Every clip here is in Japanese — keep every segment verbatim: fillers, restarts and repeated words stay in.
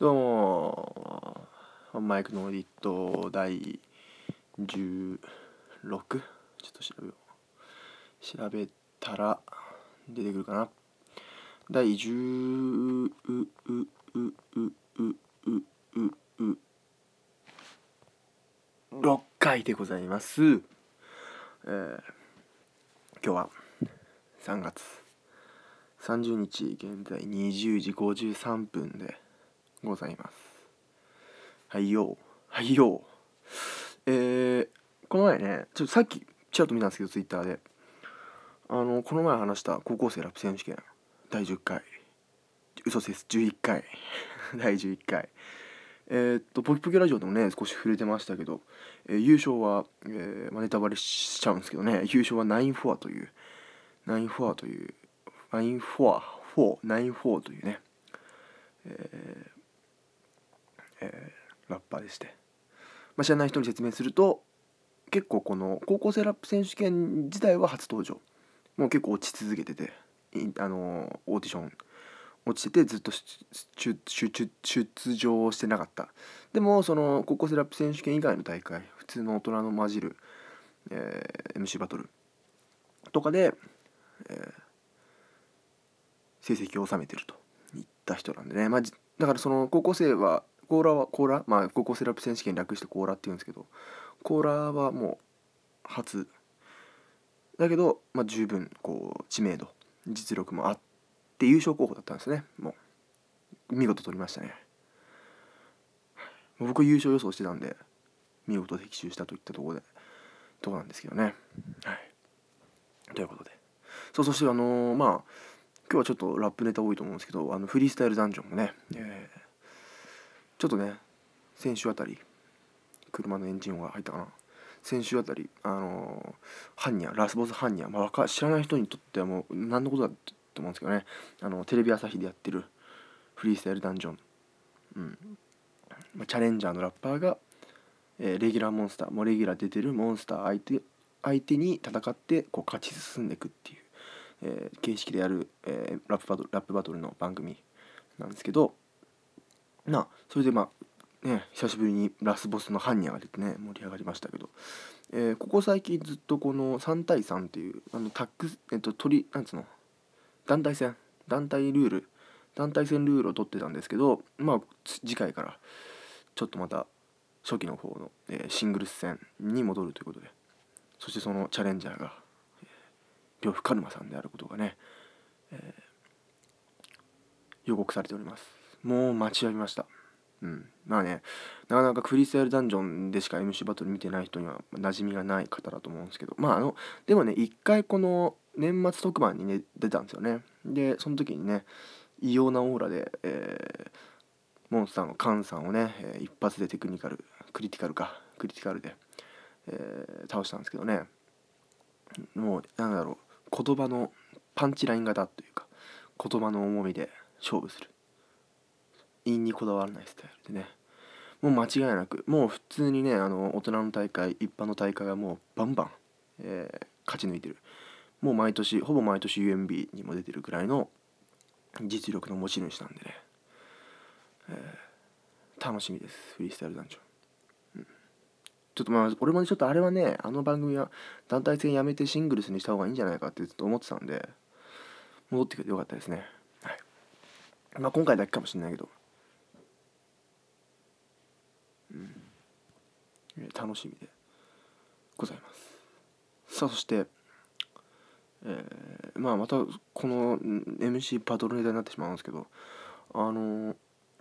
どうもマイクのエディットだいじゅうろく、ちょっと調べよう。調べたら出てくるかな。だいじゅううううううううろっかいでございます。えー、今日はさんがつさんじゅうにち現在にじゅうじごじゅうさんぷんでございます。はいよはいよ。えー、この前ね、ちょっとさっきちらっと見たんですけど、ツイッターであのこの前話した高校生ラップ選手権だいじゅっかい、嘘ですじゅういっかいだいじゅういっかい、えー、っとポキポキラジオでもね少し触れてましたけど、えー、優勝は、えーまあ、ネタバレしちゃうんですけどね、優勝はナインフォアというナインフォアというナインフォアフォーナインフォーというね、えーえー、ラッパーでして、まあ、知らない人に説明すると、結構この高校生ラップ選手権自体は初登場、もう結構落ち続けてて、あのオーディション落ちててずっと出場してなかった。でもその高校生ラップ選手権以外の大会、普通の大人の混じる、えー、エムシー バトルとかで、えー、成績を収めてるといった人なんでね、まあ、だからその高校生はコーラはコーラ、まあ、高校生ラップ選手権略してコーラって言うんですけど、コーラはもう初だけど、まあ、十分こう知名度実力もあって優勝候補だったんですね。もう見事取りましたね。僕優勝予想してたんで見事的中したといったところでところなんですけどね。はい、ということで、そうそしてあのー、まあ今日はちょっとラップネタ多いと思うんですけど、あのフリースタイルダンジョンもね、えー、ちょっとね先週あたり車のエンジン音が入ったかな。先週あたり、あのー、ハンニャラスボスハンニャ、まあ、知らない人にとってはもう何のことだと思うんですけどね、あのテレビ朝日でやってるフリースタイルダンジョン、うんまあ、チャレンジャーのラッパーが、えー、レギュラーモンスターもうレギュラー出てるモンスター相手相手に戦ってこう勝ち進んでいくっていう、えー、形式でやる、えー、ラップバトルラップバトルの番組なんですけど、なそれでまあね、久しぶりにラスボスのハンニャが出てね盛り上がりましたけど、えー、ここ最近ずっとこのさんたいさんっていうあのタックえっと取りなんつうの団体戦団体ルール団体戦ルールを取ってたんですけど、まあ次回からちょっとまた初期の方の、えー、シングルス戦に戻るということで、そしてそのチャレンジャーが、えー、呂布カルマさんであることがね、えー、予告されております。もう待ちわびました。うん、まあね、なかなかフリースタイルダンジョンでしか エムシー バトル見てない人には馴染みがない方だと思うんですけど、まああのでもね一回この年末特番にね出たんですよね。でその時にね異様なオーラで、えー、モンスターのカンさんをね、えー、一発でテクニカルクリティカルかクリティカルで、えー、倒したんですけどね、もうなんだろう、言葉のパンチライン型というか言葉の重みで勝負する、陰にこだわらないスタイルでね、もう間違いなくもう普通にねあの大人の大会一般の大会はもうバンバン、えー、勝ち抜いてる、もう毎年ほぼ毎年 ユーエムビー にも出てるぐらいの実力の持ち主なんでね、えー、楽しみです、フリースタイルダンジョン、うん、ちょっとまあ俺もねちょっとあれはねあの番組は団体戦やめてシングルスにした方がいいんじゃないかってずっと思ってたんで戻ってきてよかったですね。はい、まあ今回だけかもしれないけど、うん、楽しみでございます。さあそして、えー、まあまたこの エムシー バトルネタになってしまうんですけど、あのー、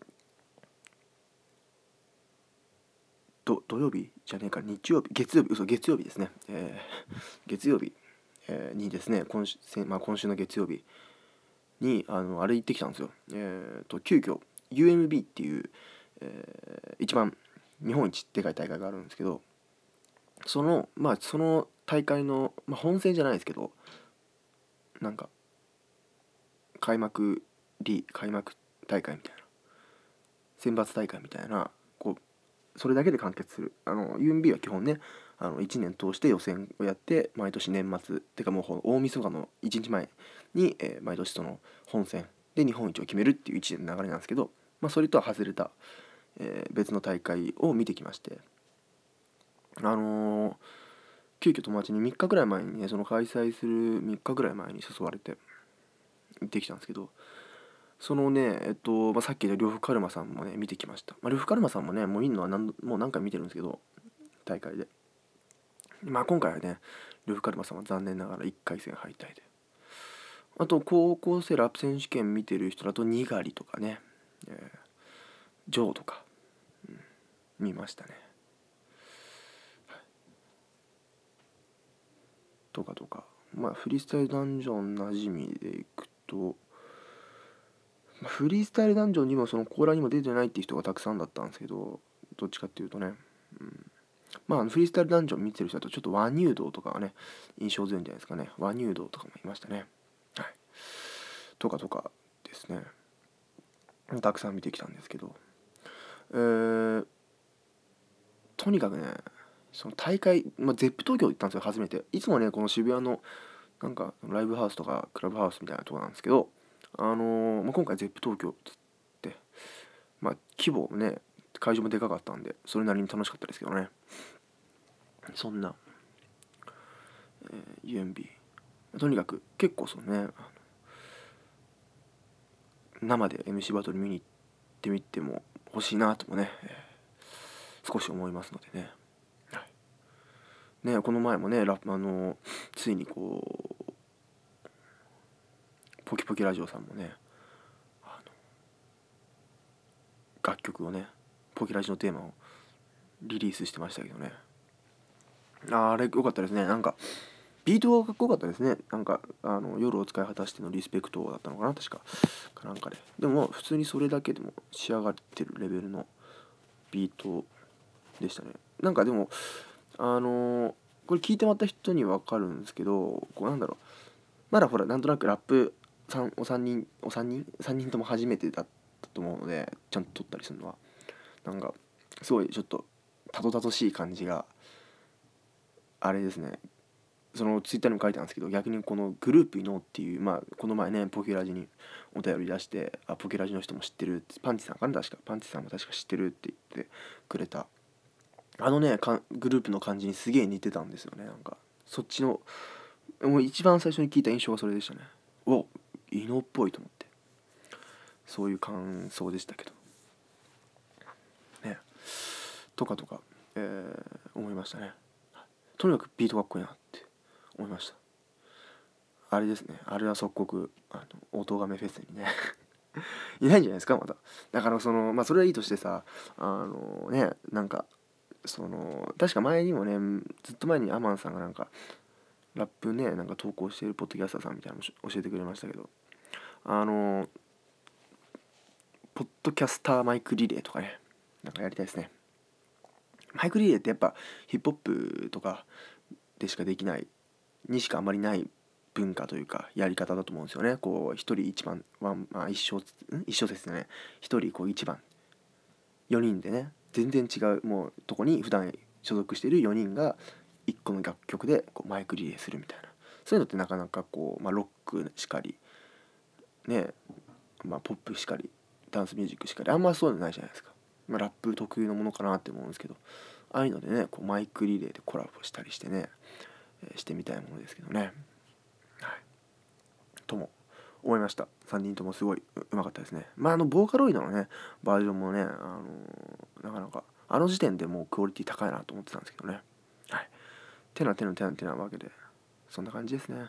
ど土曜日じゃねえか日曜日月曜日嘘月曜日ですね、えー、月曜日、えー、にですね今週、まあ、今週の月曜日にあのあれ行ってきたんですよ。えー、と急遽 ユーエムビー っていう、えー、一番日本一でかい大会があるんですけど、そのまあその大会の、まあ、本戦じゃないですけど、なんか開幕リ開幕大会みたいな選抜大会みたいな、こうそれだけで完結する、あの ユーエムビー は基本ねあのいちねん通して予選をやって毎年年末てかもう大晦日のいちにちまえに、えー、毎年その本戦で日本一を決めるっていういちねんの流れなんですけど、 まあ、それとは外れた、えー別の大会を見てきまして、あのー急遽友達にみっかぐらい前にね、その開催するみっかぐらい前に誘われて行ってきたんですけど、そのね、えっと、まあ、さっき言った呂布カルマさんもね、見てきました。まあ、呂布カルマさんもね、もういいのは何度もう何回見てるんですけど、大会で。まあ、今回はね、呂布カルマさんは残念ながらいっかい戦敗退で。あと、高校生ラップ選手権見てる人だと、にがりとかね、えージョーとか、うん、見ましたね。とかとか。まあ、フリースタイルダンジョン馴染みでいくと、フリースタイルダンジョンにもそのコーラにも出てないっていう人がたくさんだったんですけど、どっちかっていうとね、うん、まあフリースタイルダンジョン見てる人だとちょっと和入道とかがね印象強いんじゃないですかね。和入道とかもいましたね。はい。とかとかですね。たくさん見てきたんですけど、えー、とにかくね、その大会、まあ、ゼップ東京行ったんですよ、初めて。いつもね、この渋谷のなんかライブハウスとかクラブハウスみたいなとこなんですけど、あのーまあ、今回ゼップ東京っつって、まあ規模もね、会場もでかかったんで、それなりに楽しかったですけどね。そんな、えー、ユーエムビー。とにかく結構そうね、生で エムシー バトル見に行ってみても欲しいなともね、えー、少し思いますのでね。はい、ね、この前もね、ラップあのついにこうポキポキラジオさんもね、あの楽曲をね、ポキラジのテーマをリリースしてましたけどね。あれ良かったですね。なんかビートがかっこよかったですね。なんかあの夜を使い果たしてのリスペクトだったのかな、確かかなんかで。でも普通にそれだけでも仕上がってるレベルのビートでしたね。なんかでもあのーこれ聞いてもらった人に分かるんですけど、こうなんだろう、まだほらなんとなくラップさんお三人お三人三人とも初めてだったと思うので、ちゃんと撮ったりするのはなんかすごいちょっとたどたどしい感じがあれですね。そのツイッターにも書いてあるんですけど、逆にこのグループイノーっていう、まあこの前ねポケラジにお便り出して、あポケラジの人も知ってるって、パンチさんかな、確かパンチさんも確か知ってるって言ってくれたあのねかグループの感じにすげえ似てたんですよね。なんかそっちのもう一番最初に聞いた印象がそれでしたね。おイノっぽいと思って、そういう感想でしたけどね。とかとか、えー、思いましたね。とにかくビートかっこいいなって思いました。あれですね、あれは即刻あの音亀フェスにねいないんじゃないですかまだ。だからそのまあそれはいいとしてさ、あのね、なんかその確か前にもね、ずっと前にアマンさんがなんかラップねなんか投稿しているポッドキャスターさんみたいなのも教えてくれましたけど、あのポッドキャスターマイクリレーとかね、なんかやりたいですね。マイクリレーってやっぱヒップホップとかでしかできないにしかあまりない文化というかやり方だと思うんですよね。こう一人一番ワン、まあ、一小一小節でね、一人こう一番よにんでね、全然違うもうとこに普段所属しているよにんがいっこの楽曲でこうマイクリレーするみたいな、そういうのってなかなかこう、まあ、ロックしかりね、まあ、ポップしかりダンスミュージックしかりあんまそういうのないじゃないですか。まあ、ラップ特有のものかなって思うんですけど、ああいうのでねこうマイクリレーでコラボしたりしてね、えーしてみたいものですけどね。はい、とも思いました。さんにんともすごいうまかったですね。まああのボーカロイドのねバージョンもね、あのーなかなかあの時点でもうクオリティ高いなと思ってたんですけどね。はい。てなてなてなてなわけでそんな感じですね。はい。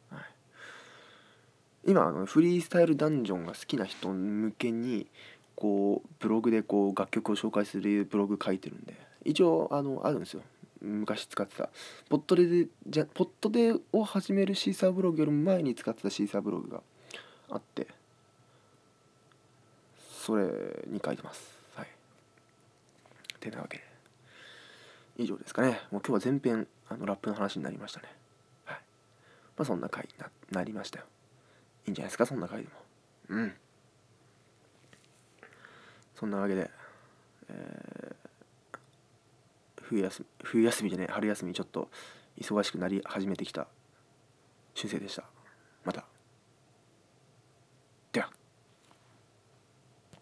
今あのフリースタイルダンジョンが好きな人向けにこうブログでこう楽曲を紹介するブログ書いてるんで、一応あのあるんですよ。昔使ってたポットでじゃポットでを始めるシーサーブログよりも前に使ってたシーサーブログがあって、それに書いてます。はい。てなわけで以上ですかね。もう今日は全編あのラップの話になりましたね。はい。まあそんな回に な, なりましたよ。いいんじゃないですかそんな回でも。うん。そんなわけで、えー、冬休み冬休みでね春休みちょっと忙しくなり始めてきた春生でした。